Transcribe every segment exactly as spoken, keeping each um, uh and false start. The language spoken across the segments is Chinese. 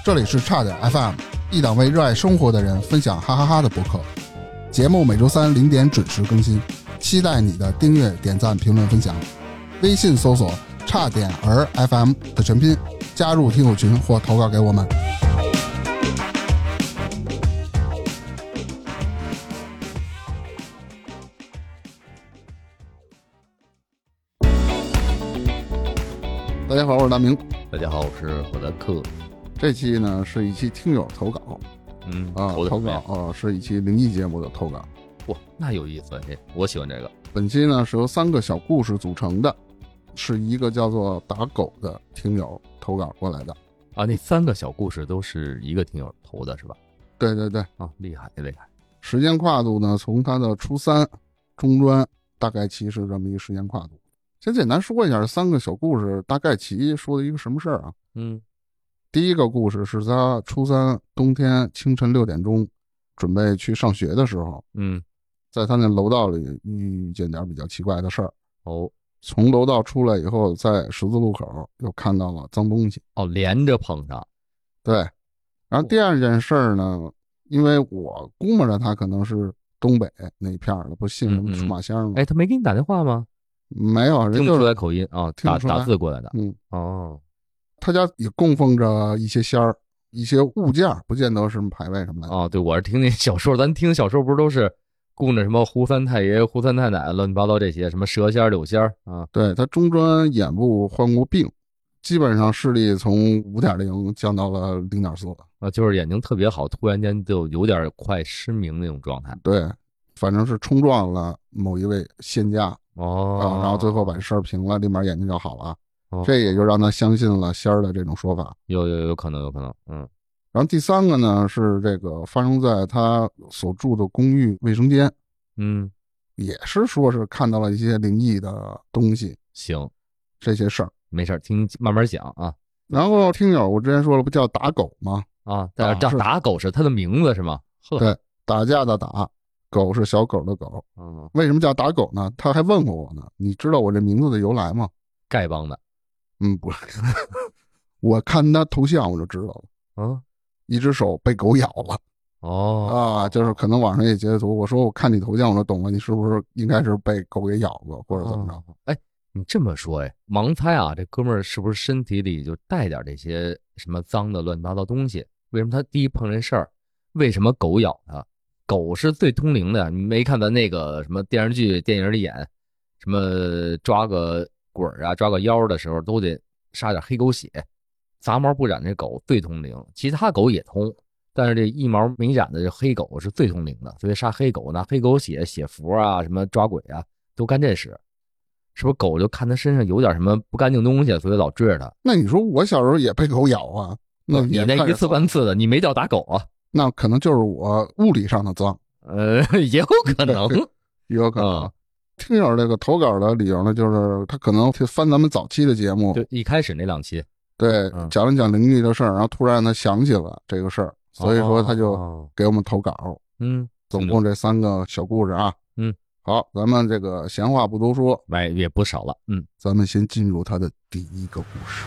这里是差点 F M， 一档为热爱生活的人分享哈哈哈的播客。节目每周三零点准时更新，期待你的订阅、点赞、评论、分享。微信搜索差点儿 F M 的全拼，加入听友群或投稿给我们。大家好，我是大明。 大家好，我是火德克。 这期呢是一期听友投稿， 嗯啊，投稿啊是一期灵异节目的投稿。 哇，那有意思，嘿，我喜欢这个。 本期呢是由三个小故事组成的，是一个叫做打狗的听友投稿过来的。 啊，那三个小故事都是一个听友投的是吧？ 对对对， 啊，厉害厉害。 时间跨度呢，从他的初三、中专大概其是这么一个时间跨度。先简单说一下这三个小故事大概其说的一个什么事儿啊？ 嗯， 第一个故事是他初三冬天清晨六点钟准备去上学的时候， 嗯， 在他那楼道里遇见点比较奇怪的事儿。 哦， 从楼道出来以后，在十字路口又看到了脏东西。 哦，连着碰上。 对，然后第二件事儿呢，因为我估摸着他可能是东北那一片的，不信什么出马仙吗？ 哎、嗯嗯，他没给你打电话吗？ 没有，人听不出来口音啊，打打字过来的。 嗯， 哦， 他家也供奉着一些仙儿，一些物件，不见得是什么牌位什么的。 哦，对，我是听那小说，咱听小说不是都是供着什么胡三太爷、胡三太奶，乱七八糟这些，什么蛇仙、柳仙啊。 对，他中专眼部患过病，基本上视力从 五点零 降到了 零点四啊，就是眼睛特别好，突然间就有点快失明那种状态。 对，反正是冲撞了某一位仙家。 哦、 啊，然后最后把事儿平了，立马眼睛就好了。 哦， 这也就让他相信了仙儿的这种说法。 有有有可能有可能，嗯。 然后第三个呢是这个发生在他所住的公寓卫生间， 嗯， 也是说是看到了一些灵异的东西。 行， 这些事儿没事，听慢慢讲啊。 然后听友我之前说了，不叫打狗吗？ 啊，但是叫打狗是他的名字是吗？ 对，打架的打，狗是小狗的狗。 嗯， 为什么叫打狗呢？他还问过我呢，你知道我这名字的由来吗？ 丐帮的。 嗯，不是，我看他头像我就知道了。 嗯， 一只手被狗咬了。 哦， 啊，就是可能网上也截图，我说我看你头像我就懂了，你是不是应该是被狗给咬过或者怎么着？ 哎、哦，你这么说，哎，盲猜啊，这哥们儿是不是身体里就带点这些什么脏的乱七八糟东西？为什么他第一碰这事儿，为什么狗咬他？狗是最通灵的，你没看咱那个什么电视剧、电影里演，什么抓个鬼啊、抓个妖的时候都得杀点黑狗血，杂毛不染这狗最通灵，其他狗也通，但是这一毛没染的这黑狗是最通灵的，所以杀黑狗拿黑狗血写符啊，什么抓鬼啊，都干这事。是不是狗就看他身上有点什么不干净东西，所以老追着他？ 那你说我小时候也被狗咬啊？那你那一次半次的，你没叫打狗啊？ 那可能就是我物理上的脏， 呃，也有可能， 也有可能。嗯、听友这个投稿的理由呢，就是他可能翻咱们早期的节目， 就一开始那两期， 对，嗯、讲了讲灵异的事儿，然后突然他想起了这个事儿，所以说他就给我们投稿。哦、 嗯， 总共这三个小故事啊。 嗯， 好，咱们这个闲话不多说， 哎，也不少了。嗯， 咱们先进入他的第一个故事。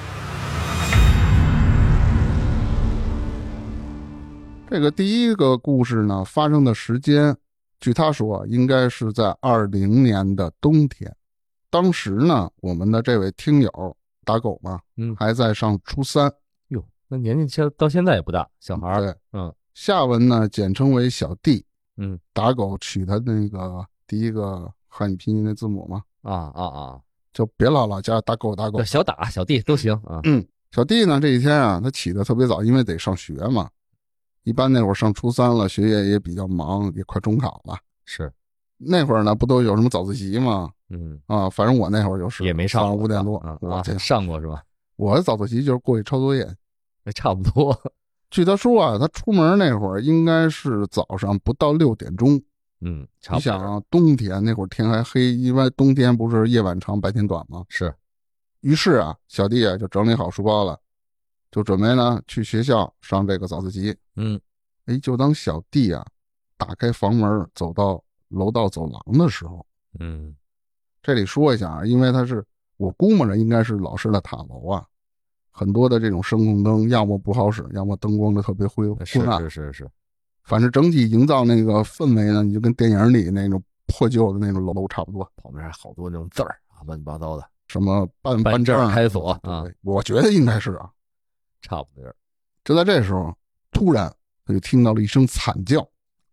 这个第一个故事呢，发生的时间，据他说，应该是在二零年的冬天。当时呢，我们的这位听友打狗嘛， 嗯， 还在上初三。 哟，那年纪现到现在也不大，小孩。 对， 嗯， 下文呢简称为小弟。 嗯， 打狗取他那个第一个汉语拼音的字母嘛。 啊啊啊！ 就别老老叫打狗打狗， 小打小弟都行啊。 嗯，小弟呢这一天啊，他起得特别早，因为得上学嘛。一般那会儿上初三了，学业也比较忙，也快中考了。 是， 那会儿呢，不都有什么早自习吗？ 嗯啊， 反正我那会儿就是也没上， 早上五点多， 啊、 我、 啊、上过是吧？ 我的早自习就是过去抄作业， 差不多。 据他说啊，他出门那会儿应该是早上不到六点钟。 嗯，差不多。 你想啊，冬天那会儿天还黑，因为冬天不是夜晚长白天短吗？ 是。 于是啊，小弟啊就整理好书包了。就准备呢去学校上这个早自习。 嗯， 哎，就当小弟啊打开房门走到楼道走廊的时候， 嗯， 这里说一下啊，因为他是我估摸着应该是老师的塔楼啊， 很多的这种声控灯，要么不好使，要么灯光的特别灰昏暗。 是是是是， 反正整体营造那个氛围呢，你就跟电影里那种破旧的那种楼差不多。 旁边还好多那种字儿啊，乱七八糟的， 什么办办证开锁啊， 我觉得应该是啊， 差不多。 就在这时候，突然他就听到了一声惨叫。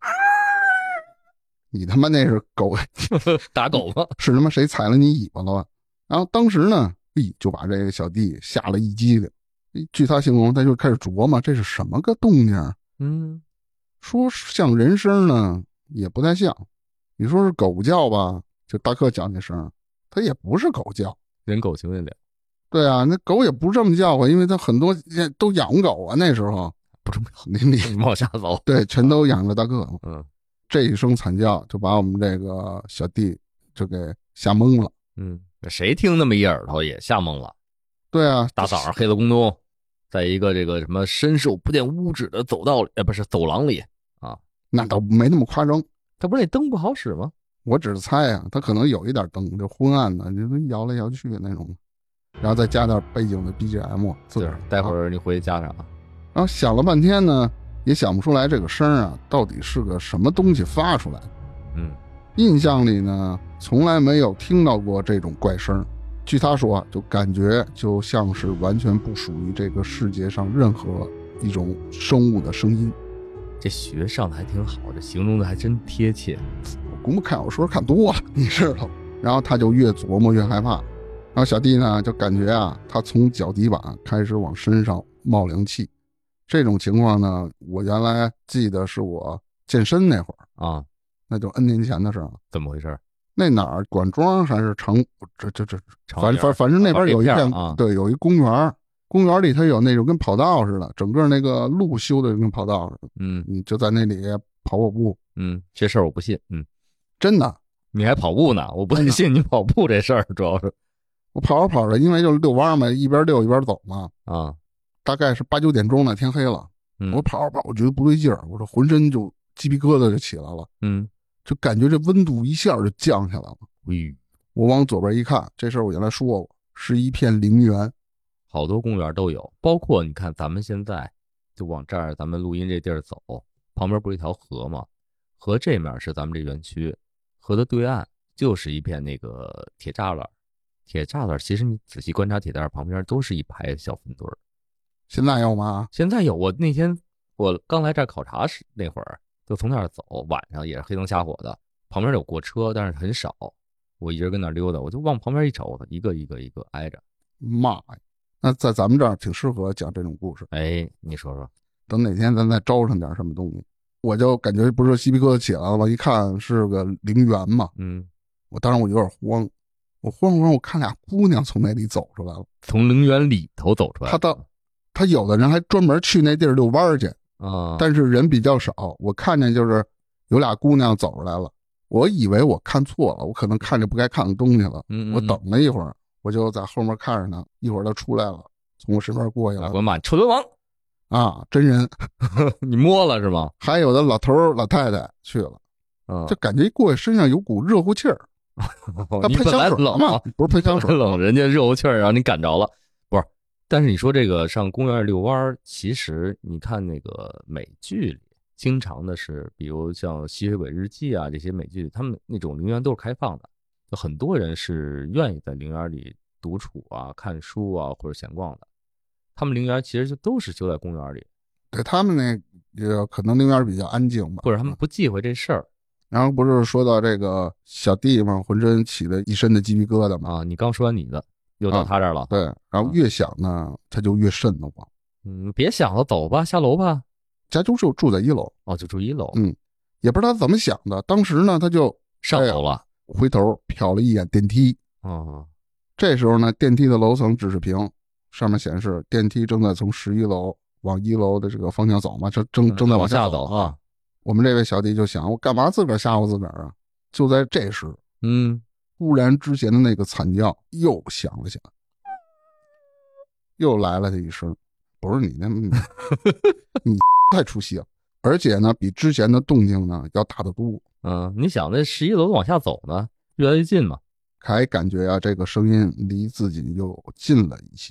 你他妈那是狗打狗吗？ 是他妈谁踩了你尾巴了吧？然后当时呢，咦，就把这个小弟吓了一激灵。据他形容，他就开始琢磨这是什么个动静。 嗯， 说像人声呢，也不太像。你说是狗叫吧，就大克讲那声，它也不是狗叫， 人狗情未了。 对啊，那狗也不是这么叫啊，因为它很多都养狗啊，那时候不重要， 你你往下走， 对，全都养着大克。 嗯。 这一声惨叫就把我们这个小弟就给吓懵了。 嗯，谁听那么一耳朵也吓懵了。 对啊， 大早上黑了咕咚，在一个这个什么伸手不见五指的走道里，呃，不是走廊里啊， 那倒没那么夸张。 他不是那灯不好使吗？ 我只是猜啊，他可能有一点灯，就昏暗的，就摇来摇去那种，然后再加点背景的 B G M。 是，待会儿你回去加上啊。 然后想了半天呢，也想不出来这个声啊到底是个什么东西发出来。 嗯， 印象里呢从来没有听到过这种怪声。据他说，就感觉就像是完全不属于这个世界上任何一种生物的声音。 这学上的还挺好，这形容的还真贴切。 我估摸看小说看多了，你知道。然后他就越琢磨越害怕。然后小弟呢就感觉啊，他从脚底板开始往身上冒凉气。这种情况呢，我原来记得是我健身那会儿啊， 那就 N 年前的事儿。 怎么回事？ 那哪儿管庄还是长这这这反反反正那边有一片、 啊、对，有一公园，公园里它有那种跟跑道似的，整个那个路修的跟跑道似的。 嗯， 你就在那里跑跑步。 嗯，这事儿我不信。嗯， 真的， 你还跑步呢？我不信你跑步这事儿，主要是我跑着跑着，因为就是遛弯嘛，一边遛一边走嘛。 啊， 大概是八九点钟呢，天黑了。 嗯， 我跑着跑，我觉得不对劲儿，我说浑身就鸡皮疙瘩就起来了。 嗯。 就感觉这温度一下就降下来了。 咦， 我往左边一看，这事儿我原来说过，是一片陵园， 好多公园都有，包括你看咱们现在就往这儿咱们录音这地儿走，旁边不是一条河吗？河这面是咱们这园区，河的对岸就是一片那个铁栅栏，铁栅栏其实你仔细观察铁栅栏旁边都是一排小坟堆儿。 现在有吗？ 现在有，我那天我刚来这儿考察时那会儿。就从那儿走，晚上也是黑灯瞎火的，旁边有过车，但是很少。我一人跟那儿溜达，我就往旁边一瞅，一个一个一个挨着。 妈呀！那在咱们这儿挺适合讲这种故事。 哎，你说说， 等哪天咱再招上点什么东西。我就感觉不是鸡皮疙瘩起来了吗？一看是个陵园嘛， 嗯， 我当时我有点慌，我慌慌，我看俩姑娘从那里走出来了， 从陵园里头走出来。 他到，他有的人还专门去那地儿遛弯去。 啊， 但是人比较少，我看见就是有俩姑娘走出来了，我以为我看错了，我可能看着不该看的东西了。 嗯嗯嗯， 我等了一会儿，我就在后面看着呢，一会儿她出来了，从我身边过去了。 滚满臭流氓啊，真人， 你摸了是吗？ 还有的老头老太太去了， 嗯， 就感觉一过去身上有股热乎气儿。 你本来冷嘛，不是喷香水， 冷，人家热乎气儿让你感着了。但是你说这个上公园遛弯，其实你看那个美剧里，经常的是，比如像《吸血鬼日记》啊这些美剧，他们那种陵园都是开放的，就很多人是愿意在陵园里独处啊、看书啊或者闲逛的。他们陵园其实就都是修在公园里， 对他们那可能陵园比较安静吧， 或者他们不忌讳这事儿。 然后不是说到这个小弟嘛，浑身起了一身的鸡皮疙瘩嘛？ 啊，你刚说完你的。又到他这儿了、啊， 对，然后越想呢，他就越瘆得慌。 嗯，别想了，走吧，下楼吧。 家就就住在一楼， 哦，就住一楼。 嗯，也不知道他怎么想的，当时呢，他就上楼了， 哎、回头瞟了一眼电梯。 哦， 这时候呢，电梯的楼层指示屏上面显示电梯正在从十一楼往一楼的这个方向走嘛，正正正在往下走啊。 我们这位小弟就想，我干嘛自个儿吓唬自个儿啊？就在这时， 嗯。 突然之前的那个惨叫又响了起来，又来了他一声，不是你那你太出戏了，而且呢比之前的动静呢要大得多。 嗯，你想那十一楼往下走呢，越来越近嘛， 还感觉啊这个声音离自己又近了一些。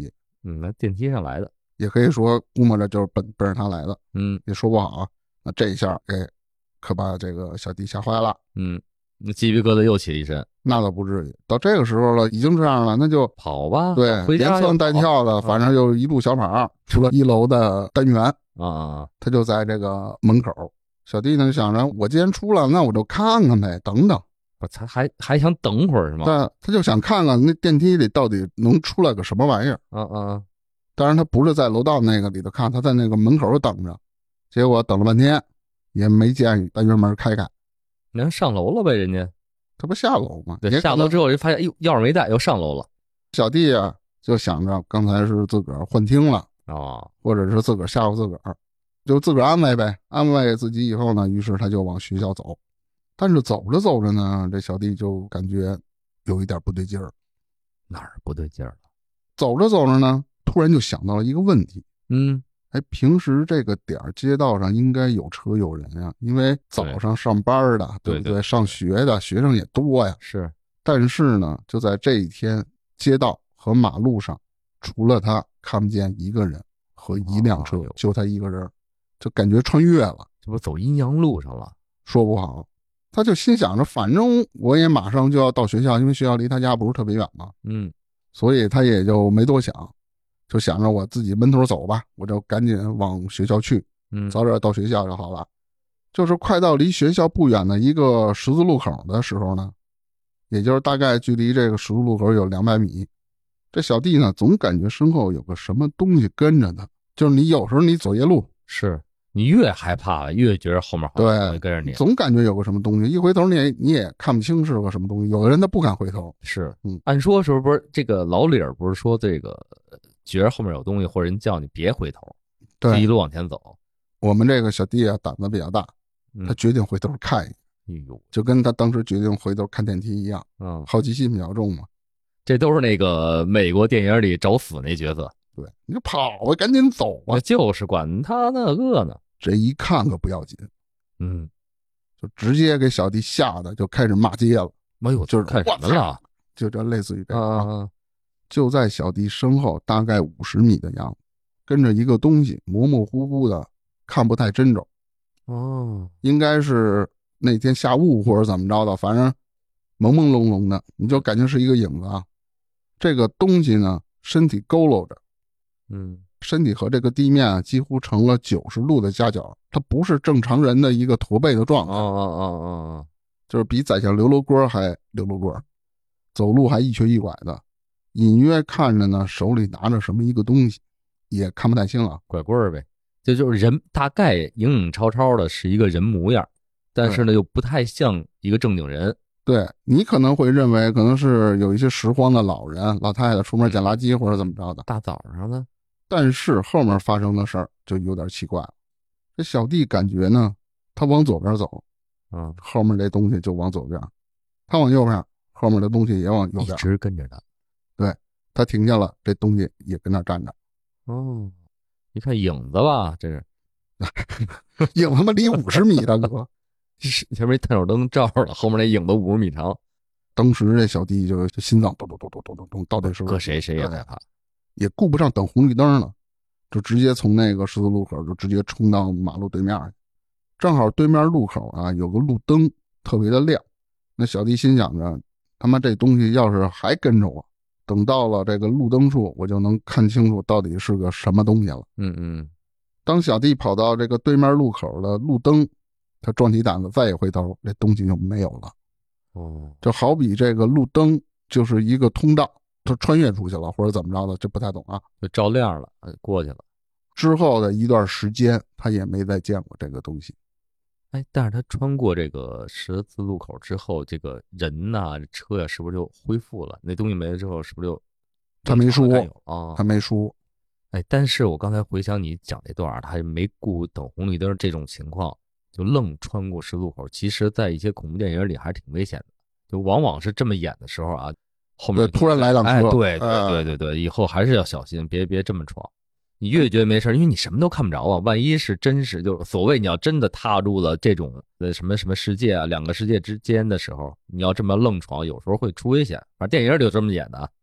嗯，那电梯上来的， 也可以说估摸着就是奔奔着他来的， 嗯也说不好啊。那这一下，哎，可把这个小弟吓坏了。 嗯，那鸡皮疙瘩又起了一身。 那倒不至于，到这个时候了，已经这样了，那就跑吧， 对， 回家连窜带跳的，反正就一路小跑，出了一楼的单元啊， 他就在这个门口。小弟呢就想着，我既然出来，那我就看看呗，等等。 我才还还想等会儿是吗？ 对，他就想看看那电梯里到底能出来个什么玩意儿。 嗯嗯， 当然他不是在楼道那个里头看，他在那个门口等着。结果等了半天，也没见单元门开开。 那上楼了呗，人家。 他不下楼吗？ 对，下楼之后就发现，哎呦，钥匙没带，又上楼了。 小弟啊，就想着刚才是自个儿幻听了哦， 或者是自个儿吓唬自个儿，就自个儿安慰呗。安慰自己以后呢，于是他就往学校走。但是走着走着呢，这小弟就感觉有一点不对劲儿。 哪儿不对劲儿了？ 走着走着呢，突然就想到了一个问题。 嗯， 哎，平时这个点儿街道上应该有车有人呀，因为早上上班的，对不对？ 对对对上学的学生也多呀。 是， 但是呢，就在这一天，街道和马路上，除了他看不见一个人和一辆车， 哦、 就他一个人，就感觉穿越了。 这不走阴阳路上了？ 说不好，他就心想着，反正我也马上就要到学校，因为学校离他家不是特别远嘛。 嗯， 所以他也就没多想。就想着我自己闷头走吧，我就赶紧往学校去， 嗯， 早点到学校就好了。就是快到离学校不远的一个十字路口的时候呢，也就是大概距离这个十字路口有两百米，这小弟呢总感觉身后有个什么东西跟着他。就是你有时候你走夜路， 是你越害怕越觉得后面好像会跟着你， 总感觉有个什么东西，一回头你也你也看不清是个什么东西。有的人他不敢回头。 是， 嗯， 按说是不是这个老李儿不是说这个觉得后面有东西，或者人叫你别回头， 对， 一路往前走。 我们这个小弟啊胆子比较大，他决定回头看一眼。 哎呦， 就跟他当时决定回头看电梯一样， 嗯， 好奇心比较重嘛。 这都是那个美国电影里找死那角色。 对，你就跑啊，赶紧走啊！ 就是管他那个呢。 这一看可不要紧， 嗯， 就直接给小弟吓得就开始骂街了。 哎呦， 就是看什么了？ 就这类似于这个、 啊啊，就在小弟身后大概五十米的样子，跟着一个东西，模模糊糊的，看不太真着。 哦， 应该是那天下雾或者怎么着的，反正朦朦胧胧的，你就感觉是一个影子啊。这个东西呢，身体佝偻着， 嗯， 身体和这个地面啊几乎成了九十度的夹角，它不是正常人的一个驼背的状态。 哦哦哦哦， 就是比宰相刘罗锅还刘罗锅，走路还一瘸一拐的，隐约看着呢，手里拿着什么一个东西，也看不太清了。 拐棍儿呗，这就是人，大概影影绰绰的是一个人模样，但是呢又不太像一个正经人。 对，你可能会认为可能是有一些拾荒的老人老太太出门捡垃圾或者怎么着的， 大早上呢。 但是后面发生的事儿就有点奇怪了。这小弟感觉呢，他往左边走， 嗯， 后面这东西就往左边，他往右边，后面的东西也往右边， 一直跟着他。 对，他停下了，这东西也跟那站着。 哦，一看影子吧，这是影他妈离五十米，大哥， 前面一探手灯照了，后面那影子五十米长。 当时这小弟就就心脏咚咚咚咚咚咚咚，到底是搁谁谁也害怕， 也顾不上等红绿灯了，就直接从那个十字路口就直接冲到马路对面去。正好对面路口啊有个路灯特别的亮，那小弟心想着，他妈这东西要是还跟着我，等到了这个路灯处，我就能看清楚到底是个什么东西了。 嗯嗯。 当小弟跑到这个对面路口的路灯，他壮起胆子再一回头，这东西就没有了。 哦， 就好比这个路灯就是一个通道，他穿越出去了或者怎么着的，这不太懂啊。 就照亮了，过去了。 之后的一段时间，他也没再见过这个东西。 哎，但是他穿过这个十字路口之后，这个人呐、啊，车呀、啊，是不是就恢复了？那东西没了之后，是不是就？ 他没说啊， 他没说。 哎，但是我刚才回想你讲这段，他还没顾等红绿灯这种情况，就愣穿过十字路口。其实，在一些恐怖电影里还是挺危险的，就往往是这么演的时候啊，后面突然来辆车， 哎，对对对对对，以后还是要小心，别别这么闯。你越觉得没事，因为你什么都看不着啊，万一是真实，就所谓你要真的踏入了这种的什么什么世界啊，两个世界之间的时候，你要这么愣闯，有时候会出危险。反正电影里就这么演的。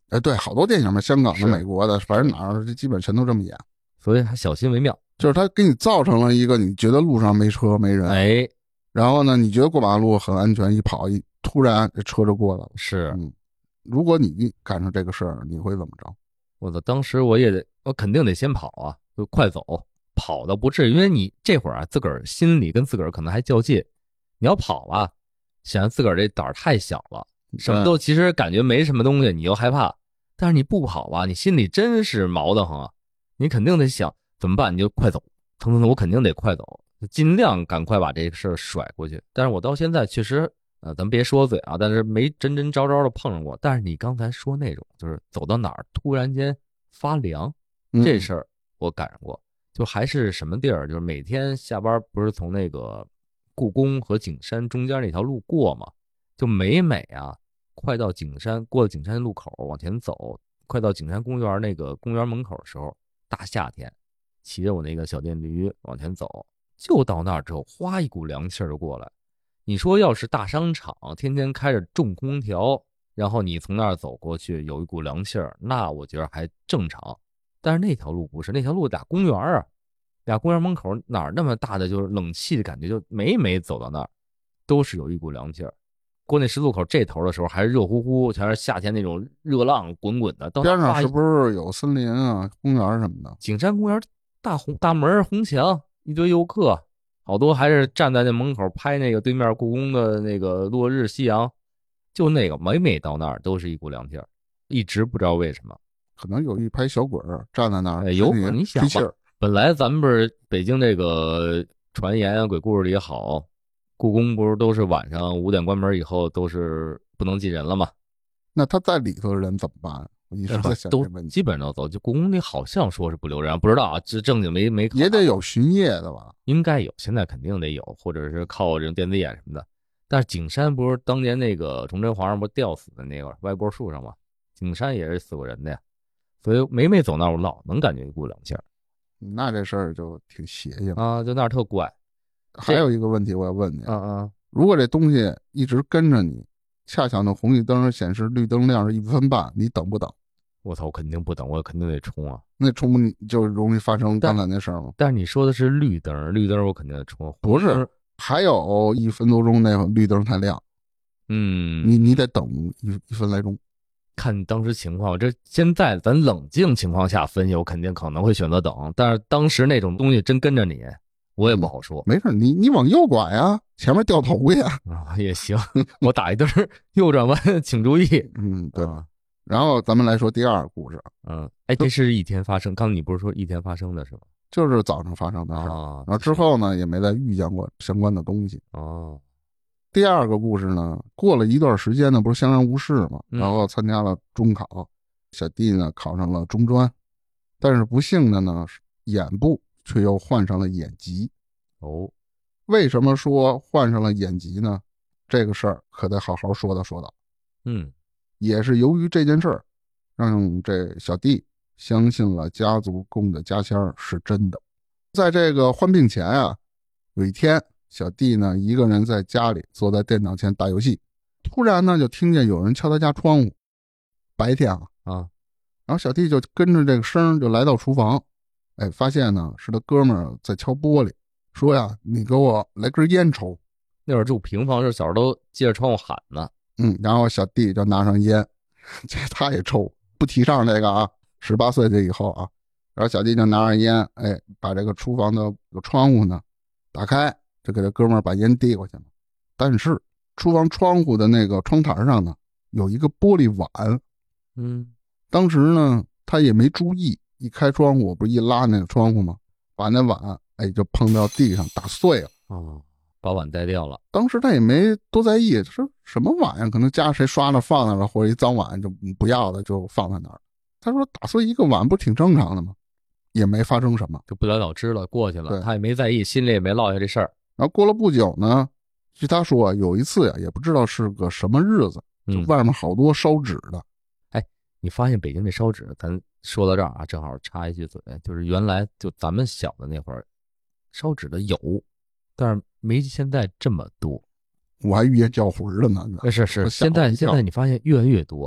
哎，对，好多电影嘛，香港的、 是美国的，反正哪儿基本全都这么演。 所以还小心为妙。 就是他给你造成了一个你觉得路上没车没人， 哎， 然后呢，你觉得过马路很安全，一跑一突然这车就过来了。 是， 嗯，如果你赶上这个事儿，你会怎么着？ 我的当时我也得，我肯定得先跑啊，就快走，跑的不至于，因为你这会儿啊，自个儿心里跟自个儿可能还较劲，你要跑吧，显得自个儿这胆儿太小了，什么都其实感觉没什么东西，你又害怕，但是你不跑吧，你心里真是毛得慌啊，你肯定得想怎么办，你就快走，腾腾腾，我肯定得快走，尽量赶快把这个事儿甩过去。但是我到现在确实，呃，咱别说嘴啊，但是没真真招招的碰上过。但是你刚才说那种，就是走到哪儿突然间发凉，这事儿我赶上过。就还是什么地儿，就是每天下班不是从那个故宫和景山中间那条路过嘛，就每每啊，快到景山，过了景山路口往前走，快到景山公园那个公园门口的时候，大夏天，骑着我那个小电驴往前走，就到那儿之后，哗一股凉气儿就过来。你说要是大商场天天开着重空调，然后你从那儿走过去有一股凉气儿，那我觉得还正常。但是那条路不是，那条路俩公园啊，俩公园门口哪儿那么大的就是冷气的感觉，就每每走到那儿都是有一股凉气儿。过那十字路口这头的时候还是热乎乎，全是夏天那种热浪滚滚的。 边上是不是有森林啊、公园什么的？ 景山公园大红大门红墙，一堆游客，好多还是站在那门口拍那个对面故宫的那个落日夕阳，就那个每每到那儿都是一股凉气儿，一直不知道为什么。 可能有一排小鬼儿站在那儿， 哎，有可能你想吧，本来咱们不是北京这个传言啊、鬼故事里也好，故宫不是都是晚上五点关门以后都是不能进人了吗？ 那他在里头的人怎么办？我一直在想这问题。 都基本上走，就故宫里好像说是不留人，不知道啊，这正经没没也得有巡夜的吧？ 应该有，现在肯定得有，或者是靠这种电子眼什么的。但是景山不是当年那个崇祯皇上不吊死的那个歪脖树上吗？景山也是死过人的呀。所以每每走那儿，我老能感觉一股冷气儿。 那这事儿就挺邪性啊，就那儿特怪。 还有一个问题我要问你， 嗯嗯， 如果这东西一直跟着你，恰巧那红绿灯显示绿灯亮是一分半，你等不等？ 我操，我肯定不等，我肯定得冲啊！ 那冲不就容易发生刚才那事儿吗？ 但是你说的是绿灯，绿灯我肯定得冲。 不是，还有一分多钟那会绿灯才亮。 嗯， 你你得等一一分来钟。 看当时情况，这现在咱冷静情况下分析，我肯定可能会选择等。但是当时那种东西真跟着你，我也不好说。 嗯、没事，你你往右拐呀，前面掉头呀。 啊，也行，我打一灯右转弯，请注意。 嗯，对。啊、然后咱们来说第二个故事。 嗯，哎，这是一天发生，刚才你不是说一天发生的是吗？ 就是早上发生的事。 啊， 然后之后呢，也没再遇见过相关的东西。 哦。 第二个故事呢，过了一段时间呢，不是相安无事嘛，然后参加了中考，嗯、小弟呢考上了中专，但是不幸的呢，眼部却又患上了眼疾。 哦， 为什么说患上了眼疾呢？这个事儿可得好好说道说道。 嗯， 也是由于这件事儿，让这小弟相信了家族供的家签是真的。在这个患病前啊，有一天。小弟呢，一个人在家里坐在电脑前打游戏，突然呢就听见有人敲他家窗户。白天啊啊， 然后小弟就跟着这个声就来到厨房，哎，发现呢是他哥们儿在敲玻璃，说呀：“你给我来根烟抽。” 那会儿住平房，就小时候都借着窗户喊呢。 嗯，然后小弟就拿上烟，这他也抽，不提倡这个啊，十八岁这以后啊。然后小弟就拿上烟，哎，把这个厨房的窗户呢打开。就给这哥们儿把烟递过去了，但是厨房窗户的那个窗台上呢，有一个玻璃碗。 嗯， 当时呢他也没注意，一开窗户不是一拉那个窗户吗？把那碗哎就碰到地上打碎了。 哦，把碗带掉了。 当时他也没多在意，说什么碗呀？可能家谁刷了放那了，或者一脏碗就不要的就放在那儿。他说打碎一个碗不挺正常的吗？也没发生什么， 就不了了之了，过去了。他也没在意，心里也没落下这事儿。 然后过了不久呢，据他说啊，有一次呀，也不知道是个什么日子，就外面好多烧纸的。 嗯、哎，你发现北京这烧纸，咱说到这儿啊，正好插一句嘴，就是原来就咱们小的那会儿，烧纸的有，但是没现在这么多。 我还遇见叫魂了呢。 是是，现在现在你发现越来越多了。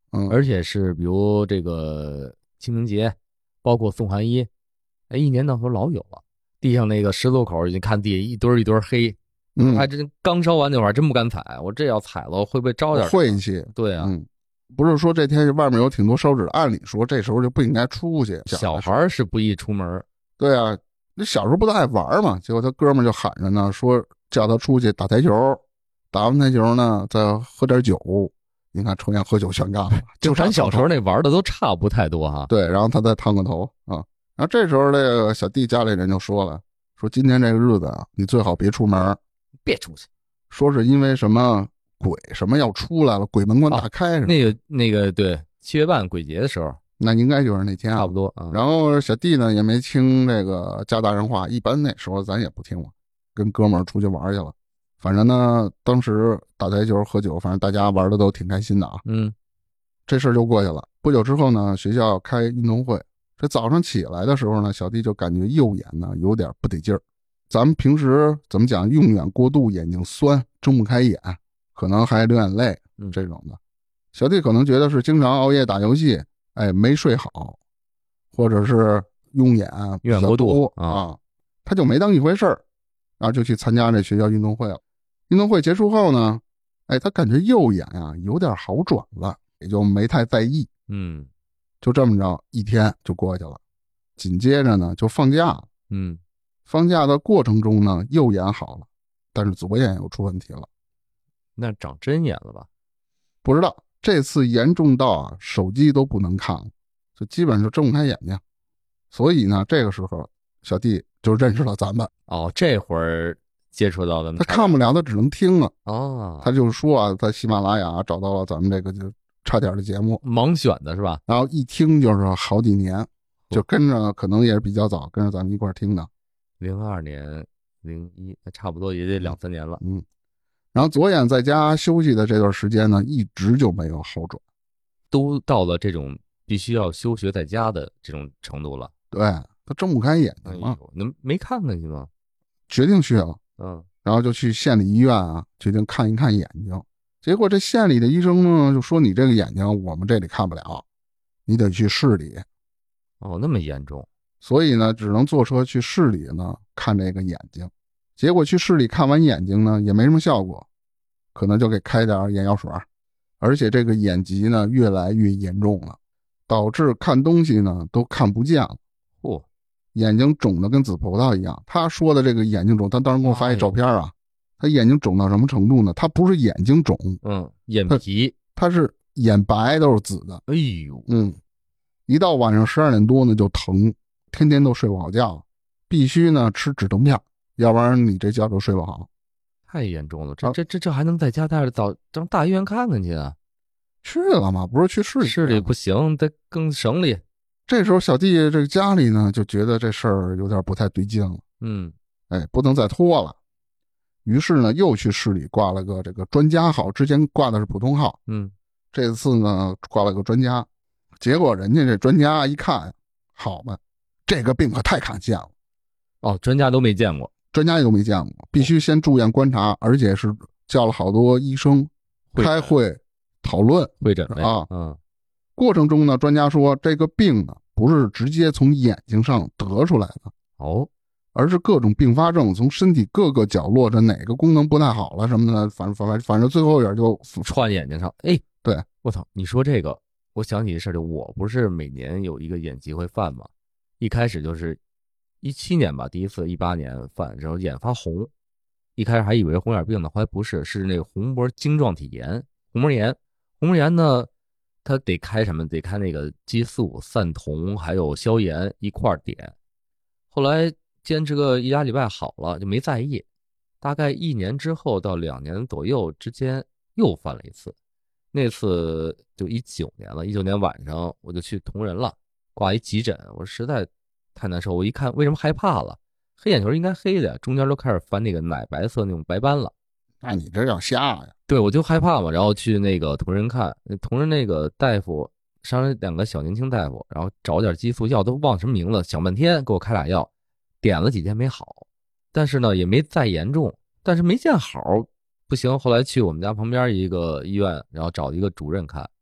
嗯， 而且是比如这个清明节，包括送寒衣，哎，一年到头老有了。地上那个十字路口，已经看地一堆一堆黑， 嗯， 还真刚烧完那会儿真不敢踩，我这要踩了会不会招点晦气？ 对啊， 嗯，不是说这天外面有挺多烧纸，按理说这时候就不应该出去。 小孩是不宜出门。 对啊，那小时候不都爱玩嘛？结果他哥们就喊着呢，说叫他出去打台球，打完台球呢再喝点酒。你看抽烟喝酒全干了， 就咱小时候那玩的都差不太多哈。 对，然后他再烫个头啊。然后这时候这个小弟家里人就说了，说今天这个日子啊，你最好别出门， 别出去。 说是因为什么鬼什么要出来了，鬼门关大开是吧？ 哦、那个那个对，七月半鬼节的时候， 那应该就是那天、啊、 差不多、嗯。 然后小弟呢也没听这个家大人话，一般那时候咱也不听了，跟哥们儿出去玩去了。反正呢，当时打台球喝酒，反正大家玩的都挺开心的啊。 嗯， 这事儿就过去了。不久之后呢，学校开运动会。这早上起来的时候呢，小弟就感觉右眼呢有点不得劲儿。咱们平时怎么讲，用眼过度，眼睛酸，睁不开眼，可能还流眼泪这种的。小弟可能觉得是经常熬夜打游戏，哎，没睡好，或者是用眼用眼过度啊，他就没当一回事儿，然后就去参加这学校运动会了。运动会结束后呢，哎，他感觉右眼啊有点好转了，也就没太在意。 嗯， 就这么着，一天就过去了。紧接着呢，就放假了。 嗯， 放假的过程中呢，右眼好了，但是左眼又出问题了。 那长针眼了吧？ 不知道，这次严重到啊，手机都不能看了，就基本上就睁不开眼睛。所以呢，这个时候小弟就认识了咱们。 哦，这会儿接触到的， 他看不了，他只能听了。 哦， 他就说啊，在喜马拉雅找到了咱们这个就差点的节目， 盲选的是吧？ 然后一听就是好几年，就跟着，可能也是比较早，跟着咱们一块听的。 零二年、零一，差不多也得两三年了。 嗯，然后左眼在家休息的这段时间呢，一直就没有好转， 都到了这种必须要休学在家的这种程度了。 对，他睁不开眼睛嘛， 那、哎、没看看去吗？ 决定去了， 嗯， 然后就去县里医院啊，决定看一看眼睛。结果这县里的医生呢，就说你这个眼睛我们这里看不了，你得去市里。 哦，那么严重。 所以呢，只能坐车去市里呢看这个眼睛。结果去市里看完眼睛呢，也没什么效果，可能就给开点眼药水，而且这个眼疾呢越来越严重了，导致看东西呢都看不见了。 嚯、哦， 眼睛肿的跟紫葡萄一样。他说的这个眼睛肿，他当时给我发一照片啊，他眼睛肿到什么程度呢？他不是眼睛肿， 嗯，眼皮， 他是眼白都是紫的。 哎呦， 嗯，一到晚上十二点多呢就疼，天天都睡不好觉，必须呢吃止疼片，要不然你这觉就睡不好。 太严重了，这这这这还能在家待着，早上大医院看看去啊？ 去了吗？不是去市里？ 市里不行，得更省里。 这时候小弟这个家里呢就觉得这事儿有点不太对劲了。 嗯， 哎，不能再拖了。于是呢又去市里挂了个这个专家号，之前挂的是普通号。 嗯， 这次呢挂了个专家。结果人家这专家一看，好嘛，这个病可太罕见了。 哦，专家都没见过， 专家也都没见过，必须先住院观察，而且是叫了好多医生开会讨论会诊啊。 嗯， 过程中呢，专家说这个病呢不是直接从眼睛上得出来的哦， 而是各种并发症从身体各个角落，这哪个功能不太好了什么的，反反反正最后一点就串眼睛上。哎， 对， 我操，你说这个，我想起一事，就我不是每年有一个眼疾会犯吗？一开始就是一七年吧，第一次，一八年犯，然后眼发红，一开始还以为是红眼病呢，后来不是，是那个虹膜晶状体炎，虹膜炎。虹膜炎呢，它得开什么？得开那个激素、散瞳还有消炎一块点。后来坚持个一俩礼拜好了，就没在意。大概一年之后到两年左右之间又犯了一次，那次就一九年了，一九年晚上我就去同仁了，挂一急诊，我实在太难受，我一看为什么害怕了？黑眼球应该黑的，中间都开始翻那个奶白色那种白斑了。 那你这叫瞎呀？ 对，我就害怕嘛，然后去那个同仁看，同仁那个大夫上来两个小年轻大夫，然后找点激素药，都忘什么名字，想半天给我开俩药，点了几天没好，但是呢也没再严重，但是没见好，不行，后来去我们家旁边一个医院，然后找一个主任看，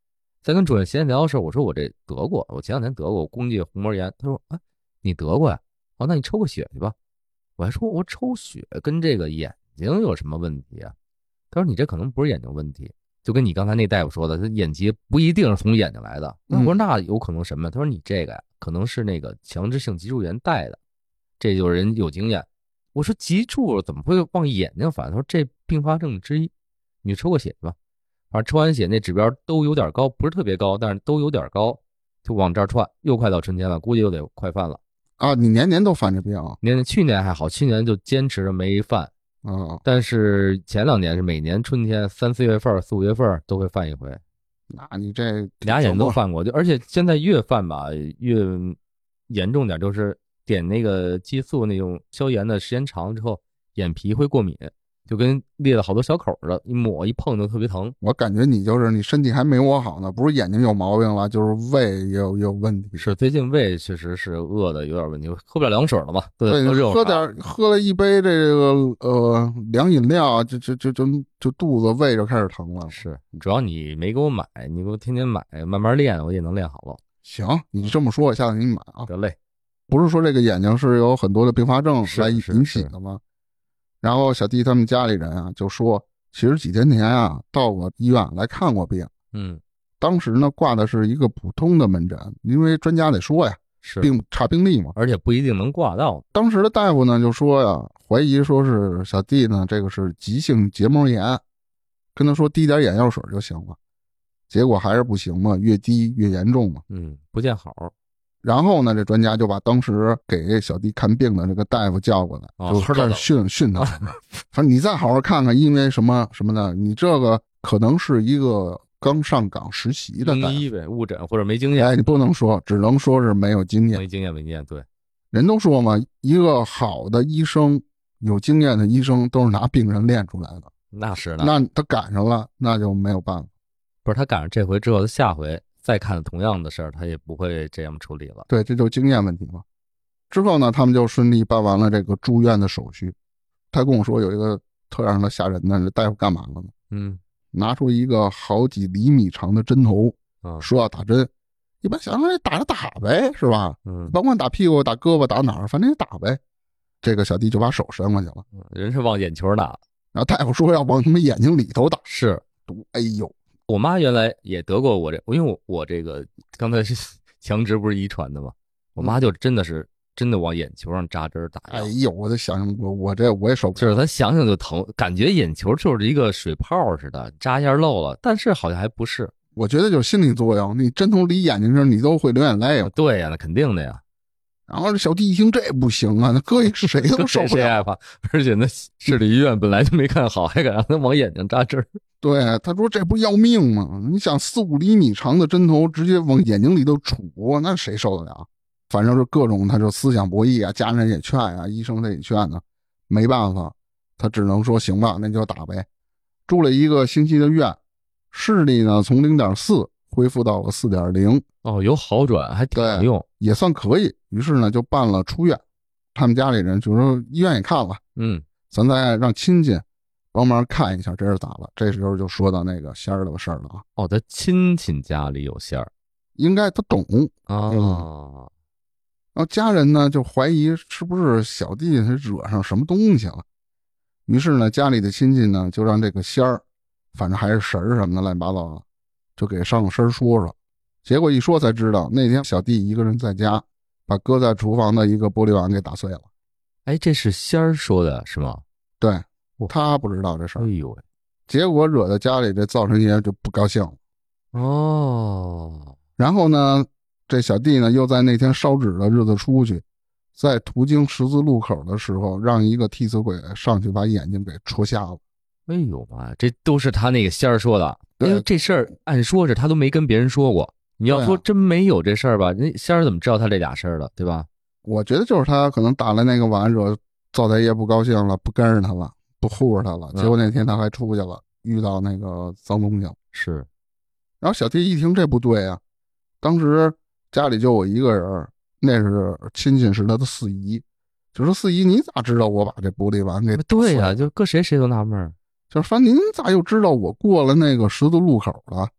在跟主任闲聊的时候，我说我这得过，我前两天得过，我估计虹膜炎。他说啊，你得过呀？哦，那你抽个血去吧。我还说我抽血跟这个眼睛有什么问题啊？他说你这可能不是眼睛问题，就跟你刚才那大夫说的，他眼疾不一定是从眼睛来的。那我说那有可能什么？他说你这个呀，可能是那个强直性脊柱炎带的，这就是人有经验。我说脊柱怎么会往眼睛反？他说这并发症之一，你抽个血吧。反正抽完血那指标都有点高，不是特别高，但是都有点高，就往这儿窜。又快到春天了，估计又得快犯了啊！你年年都犯这病？ 年去年还好，去年就坚持着没犯。 哦， 但是前两年是每年春天三四月份、四五月份都会犯一回。 那你这俩眼都犯过，就而且现在越犯吧越严重点，就是点那个激素那种消炎的时间长了之后，眼皮会过敏，就跟裂了好多小口似的，一抹一碰就特别疼。 我感觉你就是你身体还没我好呢，不是眼睛有毛病了，就是胃也有有问题。 是最近胃确实是饿的有点问题，喝不了凉水了嘛？ 对， 喝喝点喝了一杯这个呃凉饮料，就就就就就肚子胃就开始疼了。 是，主要你没给我买，你给我天天买，慢慢练，我也能练好了。 行，你这么说，我下次给你买啊。 得嘞。 不是说这个眼睛是有很多的并发症来引起的吗？然后小弟他们家里人啊就说，其实几天前啊到过医院来看过病， 嗯， 当时呢挂的是一个普通的门诊，因为专家得说呀， 是病查病历嘛， 而且不一定能挂到。 当时的大夫呢就说呀，怀疑说是小弟呢这个是急性结膜炎，跟他说滴点眼药水就行了，结果还是不行嘛，越滴越严重嘛， 嗯，不见好。 然后呢，这专家就把当时给小弟看病的这个大夫叫过来， 哦、 就开始训训他。反正你再好好看看，因为什么什么的，你这个可能是一个刚上岗实习的大夫呗，误诊或者没经验。 哎，你不能说，只能说是没有经验， 没经验，没经验。对， 人都说嘛，一个好的医生，有经验的医生都是拿病人练出来的。 那是呢， 那他赶上了，那就没有办法。 不是他赶上这回之后，他下回再看同样的事儿，他也不会这样处理了。 对，这就是经验问题嘛。之后呢，他们就顺利办完了这个住院的手续。他跟我说有一个特让他吓人的，这大夫干嘛了呢？ 嗯， 拿出一个好几厘米长的针头， 嗯、 说要打针。一般想说打着打呗，是吧？ 嗯， 甭管打屁股、打胳膊、打哪儿，反正也打呗。这个小弟就把手伸过去了， 人是往眼球打， 然后大夫说要往他们眼睛里头打。 是， 哎呦！ 我妈原来也得过我这，因为我我这个刚才是强直不是遗传的吗？我妈就真的是真的往眼球上扎针打。 哎呦，我就想想我我这我也受不了， 就是咱想想就疼，感觉眼球就是一个水泡似的，扎一下漏了，但是好像还不是。 我觉得就是心理作用，你针头离眼睛这你都会流眼泪啊。 对呀，那肯定的呀。 然后这小弟一听这不行啊，那搁一谁都受不了。 谁害怕？而且那市立医院本来就没看好，还敢让他往眼睛扎针。 对，他说这不要命吗？你想四五厘米长的针头直接往眼睛里头杵，那谁受得了？反正是各种，他就思想博弈啊，家人也劝啊，医生他也劝呢，没办法，他只能说行吧，那就打呗。住了一个星期的院，视力呢从 零点四 恢复到了 四点零。 哦，有好转，还挺有用， 也算可以。于是呢，就办了出院。他们家里人就说医院也看了， 嗯， 咱再让亲戚帮忙看一下这是咋了。这时候就说到那个仙儿的事儿了啊。 哦，他亲戚家里有仙儿， 应该他懂啊。 嗯然后家人呢就怀疑是不是小弟他惹上什么东西了。于是呢，家里的亲戚呢就让这个仙儿，反正还是神儿什么的乱七八糟的，就给上个身说说。结果一说才知道，那天小弟一个人在家，把搁在厨房的一个玻璃碗给打碎了。 哎，这是仙儿说的是吗？ 对，他不知道这事儿。 哎呦喂！ 结果惹得家里这灶神爷就不高兴了。 哦。 然后呢，这小弟呢又在那天烧纸的日子出去，在途经十字路口的时候，让一个替死鬼上去把眼睛给戳瞎了。 哎呦妈，这都是他那个仙儿说的。 因为这事儿按说是他都没跟别人说过。你要说真没有这事儿吧，那仙儿怎么知道他这俩事儿了，对吧？ 我觉得就是他可能打了那个碗，惹灶台爷不高兴了，不跟着他了，不护着他了。结果那天他还出去了，遇到那个脏东西了。 是。 然后小弟一听这不对啊，当时家里就我一个人，那是亲戚是他的四姨，就说四姨你咋知道我把这玻璃碗给对呀、啊，就搁谁谁都纳闷儿， 就是反正您咋又知道我过了那个十字路口了？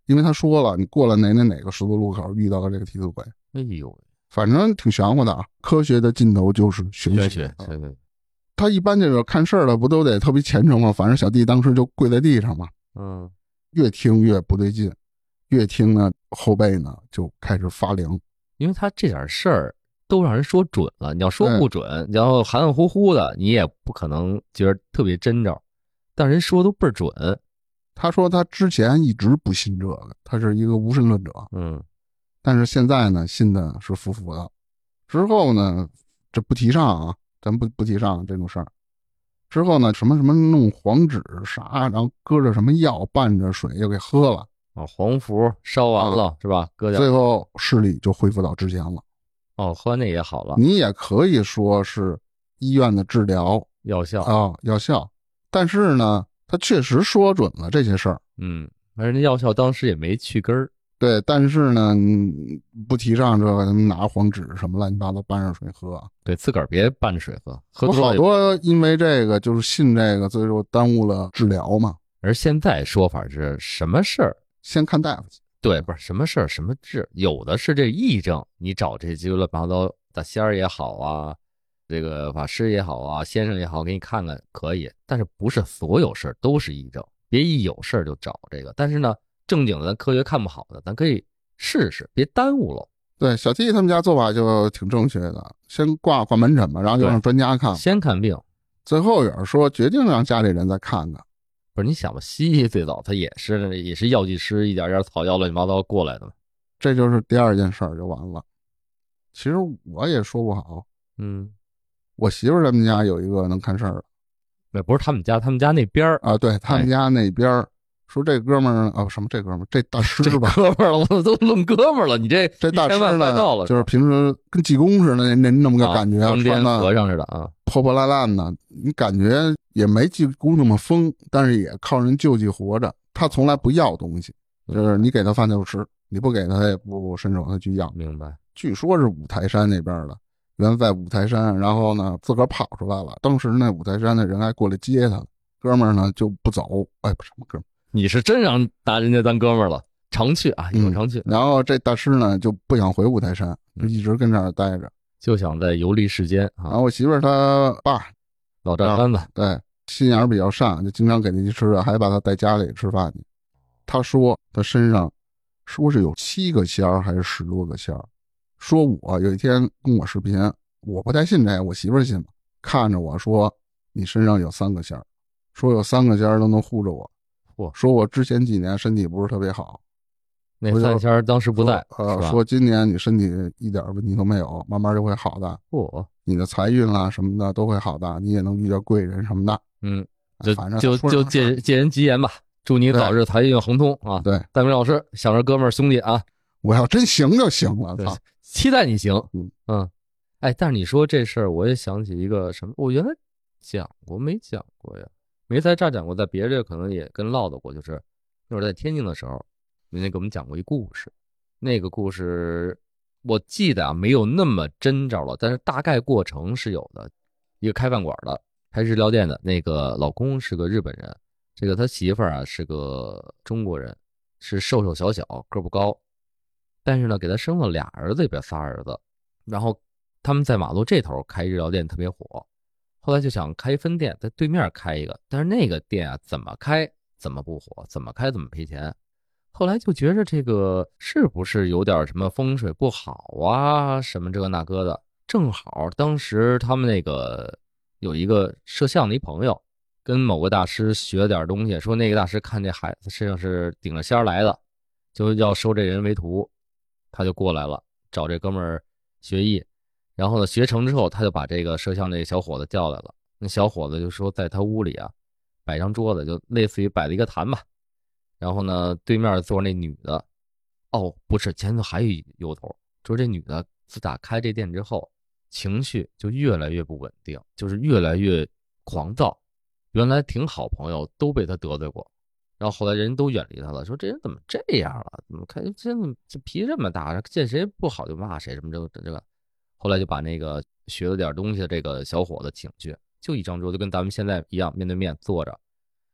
因为他说了，你过了哪哪哪个十字路口遇到了这个替死鬼。 哎呦， 反正挺玄乎的啊。科学的尽头就是玄学。 玄学，对对。 他一般这个看事儿的不都得特别虔诚吗？反正小弟当时就跪在地上嘛。 嗯， 越听越不对劲，越听呢后背呢就开始发凉。 因为他这点事儿都让人说准了，你要说不准，然后含含糊糊的，你也不可能觉得特别真着。但人说都倍儿准。 他说他之前一直不信这个，他是一个无神论者。 嗯， 但是现在呢，信的是服服的。之后呢，这不提倡啊，咱不不提倡这种事儿。之后呢，什么什么弄黄纸啥，然后搁着什么药拌着水又给喝了。 哦，黄符烧完了、啊、是吧？搁点， 最后视力就恢复到之前了。 哦，喝那也好了。 你也可以说是医院的治疗药效啊、哦，药效。但是呢，他确实说准了这些事儿。 嗯，而人家药效当时也没去根儿。 对，但是呢，不提倡这个拿黄纸什么乱七八糟拌上水喝。 对，自个儿别拌着水喝。喝多好多因为这个就是信这个，最后耽误了治疗嘛。 而现在说法是什么事儿先看大夫去。 对，不是什么事儿什么治，有的是这癔症，你找这些乱七八糟大仙儿也好啊，这个法师也好啊，先生也好，给你看看可以，但是不是所有事儿都是癔症，别一有事儿就找这个。但是呢，正经的科学看不好的，咱可以试试，别耽误了。 对，小弟他们家做法就挺正确的，先挂挂门诊嘛，然后就让专家看， 先看病， 最后有人说决定让家里人再看看。 不是你想吧，西医最早他也是也是药剂师一点点草药乱七八糟过来的嘛， 这就是第二件事儿就完了。其实我也说不好， 嗯， 我媳妇儿他们家有一个能看事儿的， 那不是他们家，他们家那边啊，对他们家那边、哎、说这哥们儿啊，什么这哥们儿，这大师吧， 哥们儿了，我都论哥们儿了，你这这大师呢， 了就是平时跟济公似的那那么个感觉， 疯癫和尚似的啊， 破破烂烂的，你感觉也没济公那么疯，但是也靠人救济活着。他从来不要东西，就是你给他饭就吃，你不给他他也不伸手他去要。 明白？据说是五台山那边的，原在五台山，然后呢自个儿跑出来了。当时那五台山的人还过来接他，哥们儿呢就不走。哎，不是什么哥们儿， 你是真让拿人家当哥们儿了，常去啊，有常去、 嗯。然后这大师呢就不想回五台山，就一直跟这儿待着， 就想在游历世间啊。 然后我媳妇儿她爸老丈杆子， 对，心眼比较善，就经常给他去吃的，还把他带家里吃饭去。他说他身上说是有七个仙儿还是十多个仙儿，说我有一天跟我视频，我不太信这个，我媳妇儿信嘛，看着我说你身上有三个仙儿，说有三个仙儿都能护着我。 嚯， 说我之前几年身体不是特别好， 那三仙儿当时不在， 呃，说今年你身体一点问题都没有，慢慢就会好的。 嚯， 你的财运啦什么的都会好的，你也能遇到贵人什么的。 嗯，就反正就就借借人吉言吧，祝你早日财运亨通啊！ 对， 大明老师想着哥们儿兄弟啊， 我要真行就行了，操， 期待你行。 嗯嗯，哎，但是你说这事儿，我也想起一个什么，我原来讲过没讲过呀？没在这儿讲过，在别的可能也跟唠叨过，就是那会儿在天津的时候，人家给我们讲过一故事，那个故事我记得啊没有那么真着了，但是大概过程是有的。一个开饭馆的，开日料店的，那个老公是个日本人，这个他媳妇儿啊是个中国人，是瘦瘦小小，个不高，但是呢给他生了俩儿子，也别仨儿子，然后他们在马路这头开日料店特别火。后来就想开分店，在对面开一个，但是那个店啊，怎么开怎么不火，怎么开怎么赔钱。后来就觉着这个是不是有点什么风水不好啊，什么这个那个的。正好当时他们那个有一个摄像的一朋友，跟某个大师学了点东西，说那个大师看这孩子身上是顶着仙来的，就要收这人为徒，他就过来了，找这哥们儿学艺。然后呢，学成之后，他就把这个摄像那个小伙子叫来了。那小伙子就说，在他屋里啊，摆张桌子，就类似于摆了一个坛吧。然后呢，对面坐那女的，哦，不是，前头还有由头，说这女的自打开这店之后，情绪就越来越不稳定，就是越来越狂躁。原来挺好朋友都被他得罪过，然后后来人都远离他了，说这人怎么这样了？怎么开真的这脾气这么大，见谁不好就骂谁，什么这个这个。后来就把那个学了点东西的这个小伙子请去，就一张桌，就跟咱们现在一样，面对面坐着。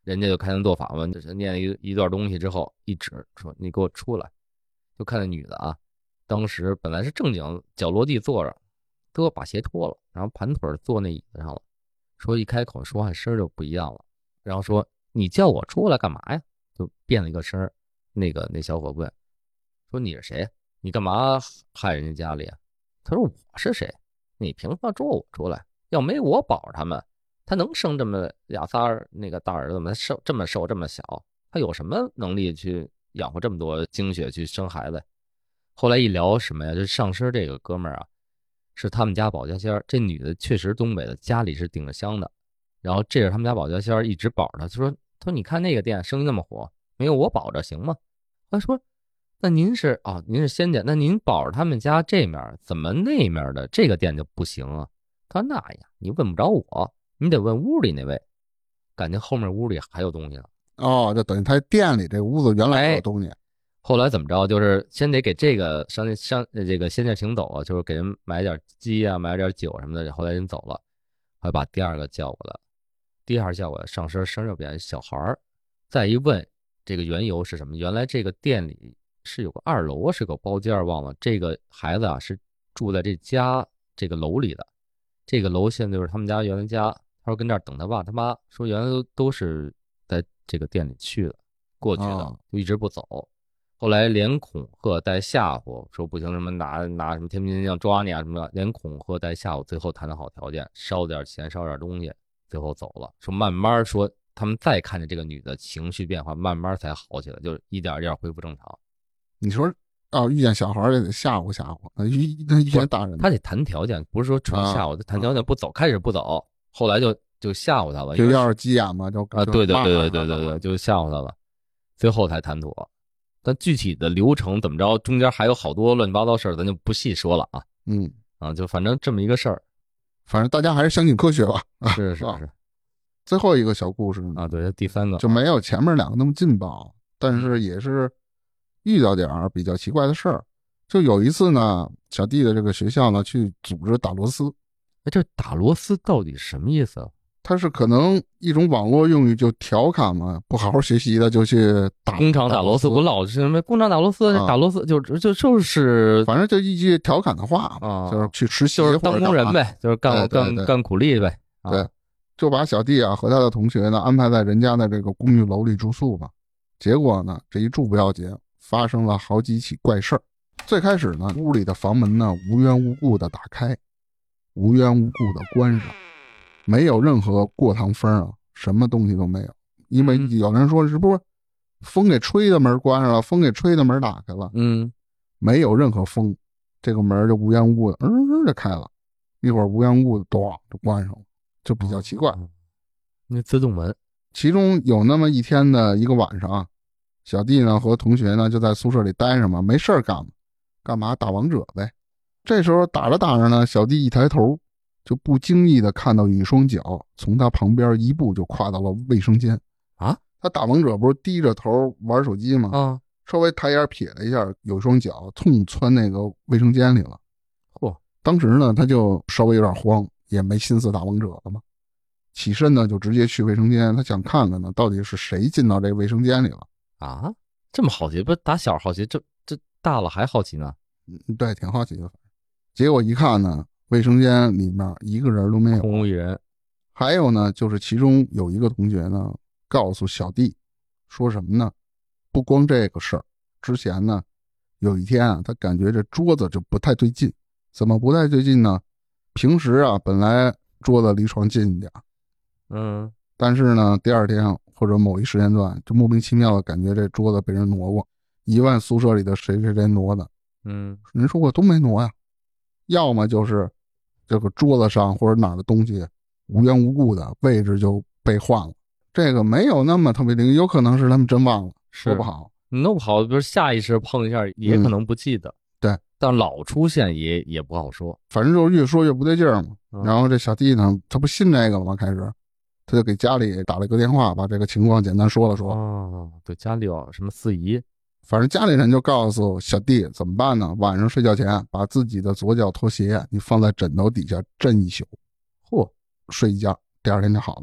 人家就开坛做法嘛，就是念一一段东西之后，一指说你给我出来，就看那女的啊，当时本来是正经脚落地坐着，都把鞋脱了，然后盘腿坐那椅子上了，说一开口说话声就不一样了，然后说你叫我出来干嘛呀？就变了一个声。那个那小伙问说你是谁？你干嘛害人家家里啊？他说我是谁？你凭什么捉我出来？要没我保着他们，他能生这么俩仨那个大儿子吗？他瘦这么瘦这么小，他有什么能力去养活这么多精血去生孩子？后来一聊什么呀？就上身这个哥们儿啊，是他们家保家仙儿。这女的确实东北的，家里是顶着香的。然后这是他们家保家仙儿，一直保着他。他说：“他说你看那个店生意那么火，没有我保着行吗？”他说：“那您是啊、哦，您是仙家，那您保着他们家这面，怎么那面的这个店就不行啊？”他说：“那呀，你问不着我，你得问屋里那位，感觉后面屋里还有东西呢。” 哦，就等于他店里这屋子原来有东西。 哎后来怎么着？就是先得给这个商商这个仙家请走啊，就是给人买点鸡啊，买点酒什么的。后来人走了，还把第二个叫过来，第二叫过来上身身上变小孩儿。再一问这个缘由是什么？原来这个店里是有个二楼是个包间，忘了这个孩子啊是住在这家这个楼里的，这个楼现在就是他们家原来家。他说跟这儿等他爸他妈，说原来都都是在这个店里去的过去的， 哦、 就一直不走。后来连恐吓带吓唬，说不行什么拿拿什么天兵天将抓你啊什么的，连恐吓带吓唬，最后谈的好条件，烧点钱烧点东西，最后走了。说慢慢说他们再看见这个女的情绪变化，慢慢才好起来，就是一点一点恢复正常。 你说哦，遇见小孩也得吓唬吓唬，那遇那遇见大人他得谈条件，不是说纯吓唬，他、啊、谈条件不走，开始不走，后来就就吓唬他了， 就要是急眼嘛，就啊，对对对对对对对，就吓唬他了，最后才谈妥。但具体的流程怎么着，中间还有好多乱七八糟事儿，咱就不细说了啊。 嗯啊，就反正这么一个事儿， 反正大家还是相信科学吧。 是是是。 最后一个小故事啊，对，第三个就没有前面两个那么劲爆，但是也是遇到点比较奇怪的事儿。就有一次呢，小弟的这个学校呢去组织打螺丝。 哎，这打螺丝到底什么意思啊？ 它是可能一种网络用语，就调侃嘛，不好好学习的就去打工厂打螺丝。我老是什么工厂打螺丝，打螺丝就就就是反正就一句调侃的话啊， 就是去实习， 就是当工人呗，就是干干干苦力呗。 对，就把小弟啊和他的同学呢安排在人家的这个公寓楼里住宿嘛。结果呢，这一住不要紧，发生了好几起怪事儿。最开始呢，屋里的房门呢无缘无故的打开，无缘无故的关上。没有任何过堂风啊，什么东西都没有。因为有人说是不是风给吹的门关上了，风给吹的门打开了。 嗯， 没有任何风，这个门就无缘无故的嗯就开了，一会儿无缘无故的咚就关上了，就比较奇怪。 那自动门。 其中有那么一天的一个晚上啊，小弟呢和同学呢就在宿舍里待着嘛，没事干嘛，干嘛打王者呗。这时候打着打着呢，小弟一抬头，就不经意的看到一双脚从他旁边一步就跨到了卫生间啊！ 他打王者不是低着头玩手机吗？ 啊， 稍微抬眼瞥了一下，有双脚冲窜那个卫生间里了。 嚯！ 当时呢，他就稍微有点慌，也没心思打王者了嘛。起身呢，就直接去卫生间，他想看看呢，到底是谁进到这个卫生间里了啊？这么好奇，不是打小好奇，这这大了还好奇呢？ 嗯，对，挺好奇的。结果一看呢，卫生间里面一个人都没有， 空无一人。 还有呢，就是其中有一个同学呢，告诉小弟说什么呢？不光这个事儿，之前呢，有一天啊，他感觉这桌子就不太对劲。怎么不太对劲呢？平时啊，本来桌子离床近一点， 嗯， 但是呢，第二天或者某一时间段，就莫名其妙的感觉这桌子被人挪过，一问宿舍里的谁谁谁挪的。 嗯， 人说我都没挪呀，要么就是这个桌子上或者哪儿的东西无缘无故的位置就被换了，这个没有那么特别灵，有可能是他们真忘了，说不好， 弄不好比如下意识碰一下也可能不记得， 嗯、对， 但老出现也也不好说， 反正就是越说越不对劲儿嘛、 嗯。 然后这小弟呢，他不信这个了吗？开始他就给家里打了个电话，把这个情况简单说了说。 哦，对，家里有什么司仪。 反正家里人就告诉小弟怎么办呢？晚上睡觉前把自己的左脚拖鞋你放在枕头底下震一宿， 嚯， 睡一觉，第二天就好了。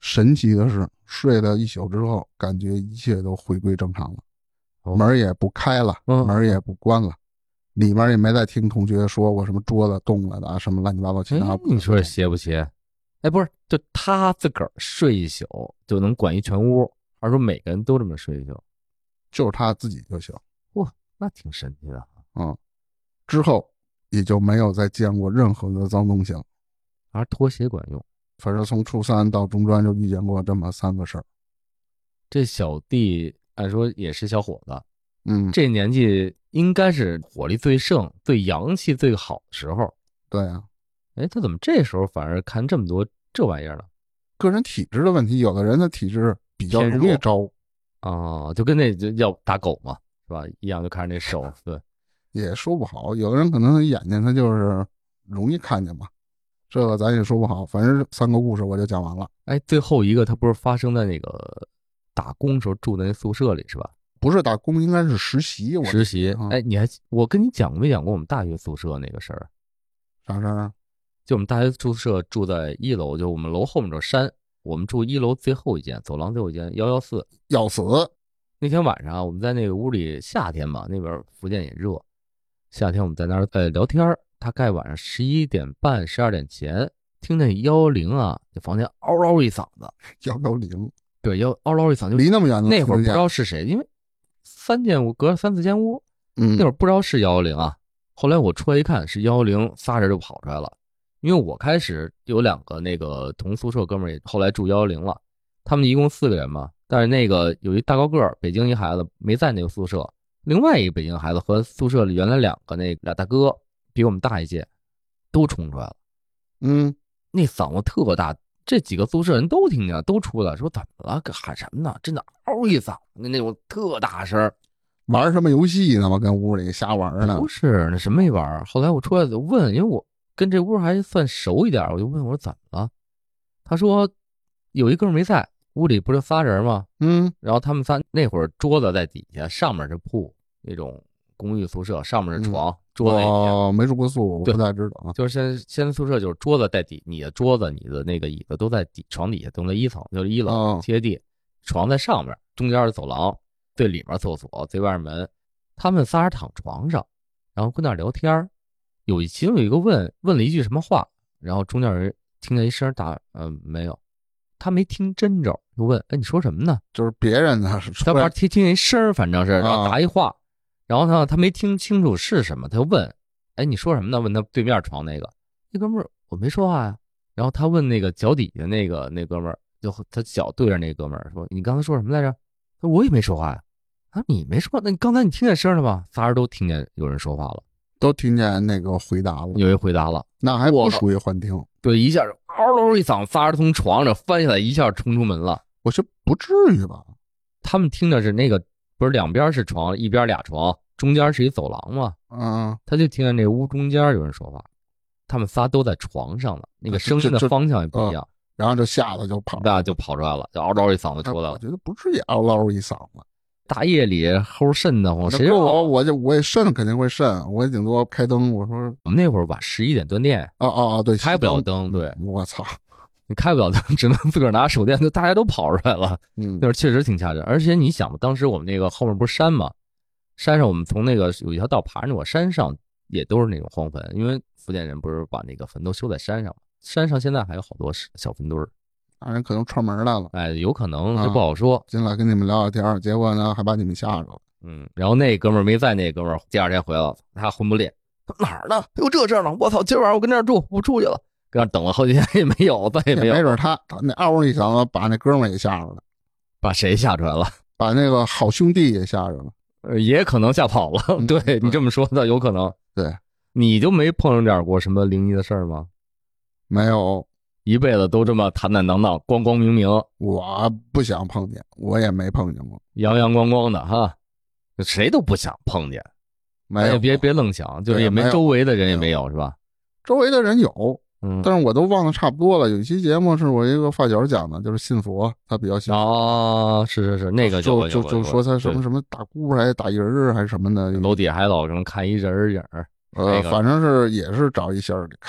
神奇的是，睡了一宿之后，感觉一切都回归正常了， 哦、 门也不开了， 嗯、 门也不关了，里面也没再听同学说过什么桌子动了的啊，什么乱七八糟其他。 你说邪不邪？哎，不是，就他自个儿睡一宿就能管一全屋，还是说每个人都这么睡一宿？ 就是他自己就行。 哇，那挺神奇的。 嗯，之后也就没有再见过任何的脏东西了， 还是拖鞋管用。 反正从初三到中专就遇见过这么三个事儿。 这小弟按说也是小伙子， 嗯， 这年纪应该是火力最盛、最阳气最好的时候。 对啊， 哎，他怎么这时候反而看这么多这玩意儿呢？ 个人体质的问题，有的人的体质比较容易招啊、呃，就跟那就要打狗嘛，是吧？一样就看着那手，对， 也说不好。有的人可能眼睛他就是容易看见嘛，这个咱也说不好。反正三个故事我就讲完了。 哎，最后一个他不是发生在那个打工时候住的那宿舍里是吧？ 不是打工，应该是实习。我实习。 嗯、 哎，你还我跟你讲过没讲过我们大学宿舍那个事儿？ 啥事儿啊？ 就我们大学宿舍住在一楼，就我们楼后面就是山，我们住一楼最后一间，走廊最后一间一一四。 要死！ 那天晚上我们在那个屋里，夏天嘛，那边福建也热，夏天我们在那儿呃聊天，大概晚上十一点半、十二点前，听见幺幺零啊，这房间嗷嗷一嗓子， 幺幺零， 对，幺嗷嗷一嗓子，就离那么远， 那会儿不知道是谁，因为三间屋隔着三四间屋， 嗯， 那会儿不知道是幺幺零啊。后来我出来一看是幺幺零，仨人就跑出来了。因为我开始有两个那个同宿舍哥们儿也后来住幺幺零了，他们一共四个人嘛，但是那个有一大高个儿北京一孩子没在那个宿舍，另外一个北京孩子和宿舍里原来两个那俩大哥比我们大一届，都冲出来了。 嗯， 那嗓子特大，这几个宿舍人都听见，都出来说怎么了，喊什么呢？真的嗷一嗓子那种特大声。 玩什么游戏呢？我跟屋里瞎玩呢。 不是，那什么没玩。后来我出来就问，因为我跟这屋还算熟一点，我就问我说怎么了？他说有一哥们没在，屋里不是仨人吗？ 嗯， 然后他们仨那会儿桌子在底下，上面是铺，那种公寓宿舍上面是床， 嗯、 桌子在底下。 哦，没住过宿，我不太知道啊。 就是现在现在宿舍就是桌子在底，你的桌子、你的那个椅子都在底床底下，都在一层，就是一楼、 哦、 贴地，床在上面，中间是走廊，最里面厕所，最外面门。他们仨人躺床上，然后跟那儿聊天，有一其中有一个问问了一句什么话，然后中间人听见一声答，嗯、呃，没有，他没听真着，就问，哎，你说什么呢？ 就是别人呢， 他边听听一声，反正是，然后答一话，啊、然后呢，他没听清楚是什么，他就问，哎，你说什么呢？问他对面床那个，那哥们儿我没说话呀。然后他问那个脚底下那个那哥们儿，就他脚对着那哥们儿说，你刚才说什么来着？他说我也没说话呀。啊，你没说，那你刚才你听见声了吧？仨人都听见有人说话了， 都听见那个回答了， 有人回答了， 那还不属于幻听。 对，一下嗷嗷一嗓，仨人从床上翻下来，一下冲出门了。 我说不至于吧？ 他们听的是那个，不是两边是床，一边俩床，中间是一走廊嘛。 嗯， 他就听见那屋中间有人说话，他们仨都在床上呢，那个声音的方向也不一样， 嗯、然后就吓得就跑， 那就跑出来了，就嗷嗷一嗓子出来了。 我觉得不至于嗷嗷一嗓子。 大夜里齁瘆得慌，谁说我我就我也瘆肯定会瘆，我也顶多开灯。我说我们那会儿吧，十一点断电， 哦哦哦，对， 开不了灯，对， 我操， 你开不了灯，只能自个儿拿手电，就大家都跑出来了。 嗯， 那会儿确实挺吓人，而且你想吧，当时我们那个后面不是山吗？山上我们从那个有一条道爬上去，我山上也都是那种荒坟，因为福建人不是把那个坟都修在山上吗？山上现在还有好多小坟堆儿。 那人可能串门来了， 哎，有可能，这不好说。 啊、进来跟你们聊聊天，结果呢还把你们吓着了。 嗯，然后那哥们儿没在，那哥们儿第二天回来了，他魂不吝，哪儿呢？有这事儿呢！我操，今晚上我跟那儿住，我出去了，跟那儿等了好几天也没有，再也没有。 没准他他那嗷一嗓子把那哥们儿也吓着了， 把谁吓出来了？ 把那个好兄弟也吓着了， 呃，也可能吓跑了。 嗯、 对, 对你这么说的，有可能。 对， 你就没碰上点过什么灵异的事儿吗？ 没有。 一辈子都这么坦坦荡荡、光光明明， 我不想碰见，我也没碰见过， 阳阳光光的哈，谁都不想碰见。 没有， 别别愣想，就是也没周围的人也没有是吧？ 周围的人有， 嗯， 但是我都忘得差不多了。有一期节目是我一个发小讲的，就是信佛，他比较信佛。 哦，是是是，那个就就就说他什么什么打鼓还是打人儿还是什么的， 楼底还老能看一人影儿。 呃， 那个、 反正是也是找一仙儿给看。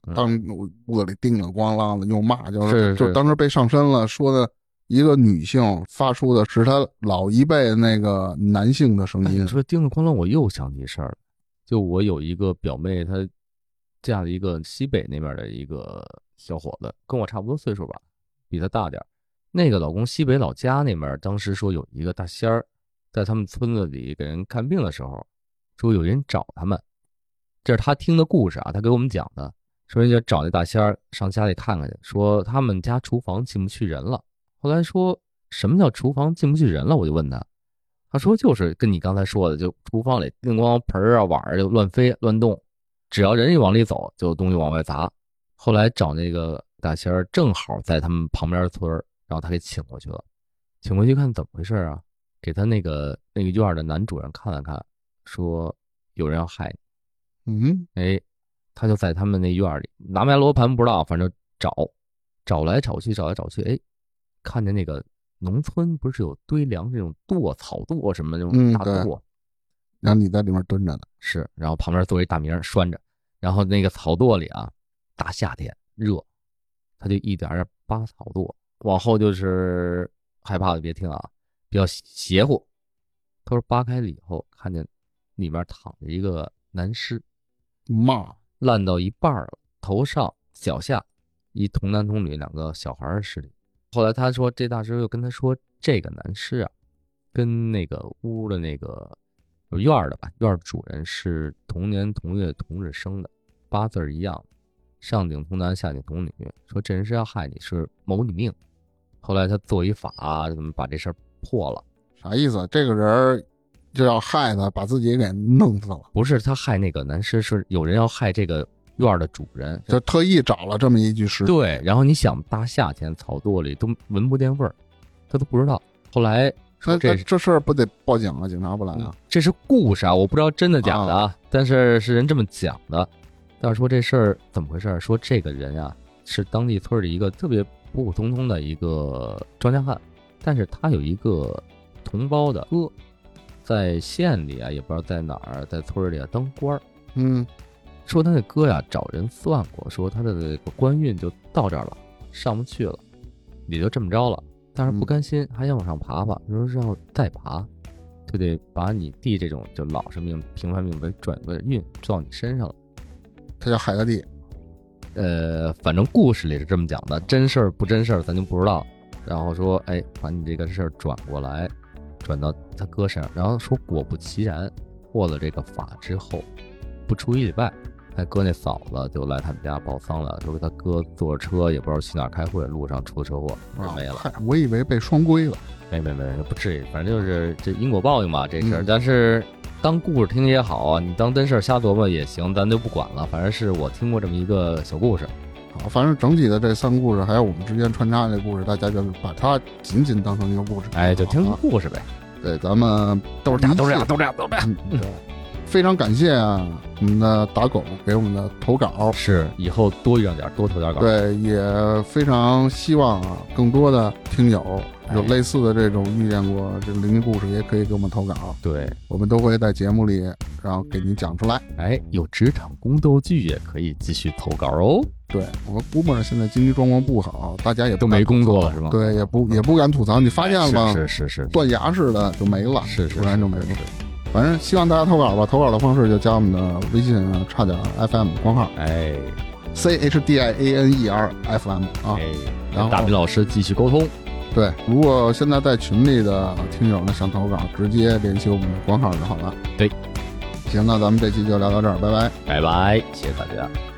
当屋子里叮铃咣啷的又骂，就是是就当时被上身了，说的一个女性发出的是她老一辈那个男性的声音。 你说叮铃咣啷，我又想起事儿了。就我有一个表妹，她嫁了一个西北那边的一个小伙子，跟我差不多岁数吧，比他大点。那个老公西北老家那边，当时说有一个大仙儿，在他们村子里给人看病的时候，说有人找他们。这是他听的故事啊，他给我们讲的。说人家找那大仙儿上家里看看去，说他们家厨房进不去人了。后来说什么叫厨房进不去人了？我就问他，他说就是跟你刚才说的，就厨房里叮咣盆儿啊碗儿就乱飞乱动，只要人一往里走，就有东西往外砸。后来找那个大仙儿，正好在他们旁边村，然后他给请过去了。请过去看怎么回事啊？给他那个那个院的男主人看了看，说有人要害你。嗯， 哎。他就在他们那院里拿麦罗盘，不知道，反正找找来找去找来找去，哎，看见那个农村不是有堆粮这种垛草垛什么那种大垛， 嗯，然后你在里面蹲着呢， 是，然后旁边坐一大名拴着，然后那个草垛里啊，大夏天热，他就一点点扒草垛，往后就是害怕的别听啊，比较邪乎。他说扒开了以后，看见里面躺着一个男尸， 骂。 烂到一半了，头上脚下一童男童女两个小孩的尸体。后来他说这大师又跟他说，这个男尸啊跟那个屋的那个有院的吧，院主人是同年同月同日生的，八字一样，上顶童男下顶童女，说这人是要害你，是谋你命。后来他做一法，怎么把这事儿破了？ 啥意思？这个人就要害他，把自己给弄死了。 不是他害那个男尸，是有人要害这个院的主人， 就特意找了这么一具尸体。 对，然后你想大夏天草垛里都闻不见味儿，他都不知道。后来那这这事儿不得报警啊？警察不来啊？ 这是故事啊，我不知道真的假的啊，啊但是是人这么讲的。但是说这事儿怎么回事？说这个人啊是当地村里一个特别普普通通的一个庄稼汉，但是他有一个同胞的哥。在县里啊，也不知道在哪儿，在村里啊当官儿。 嗯， 说他那哥呀找人算过，说他的这个官运就到这儿了，上不去了，也就这么着了。但是不甘心，还想往上爬爬，说是要再爬，就得把你弟这种就老实命、平凡命为转个运到你身上了。 他叫海哥弟。 呃，反正故事里是这么讲的，真事儿不真事儿咱就不知道。然后说，哎，把你这个事儿转过来。转到他哥身上，然后说果不其然，破了这个法之后，不出一礼拜，他哥那嫂子就来他们家报丧了，说他哥坐着车也不知道去哪儿开会，路上出了车祸，没了。 嗨，我以为被双规了。 没没没，不至于，反正就是这因果报应嘛，这事儿。嗯、但是当故事听也好啊，你当真事儿瞎琢磨也行，咱就不管了。反正是我听过这么一个小故事。 好，反正整体的这三个故事，还有我们之间穿插的故事，大家就把它仅仅当成一个故事， 哎，就听个故事呗。 对，咱们都是这样，都是这样，都是这样，都是这样。 嗯，对。非常感谢啊，我们的打狗给我们的投稿， 是以后多约点，多投点稿。 对，也非常希望啊，更多的听友有类似的这种遇见过这灵异故事，也可以给我们投稿。 对， 我们都会在节目里，然后给您讲出来。 哎，有职场宫斗剧也可以继续投稿哦。 对，我估摸着现在经济状况不好，大家也都没工作了是吧？ 对，也不也不敢吐槽。你发现了吗？ 是是是， 断崖式的就没了， 是是， 突然就没了。反正希望大家投稿吧，投稿的方式就加我们的微信差点 F M 官号， 哎 ，C H D I A N E R F M 啊， 哎，然后大斌老师继续沟通。 对，如果现在在群里的听友呢想投稿，直接联系我们的官号就好了。 对， 行，那咱们这期就聊到这儿，拜拜， 拜拜，谢谢大家。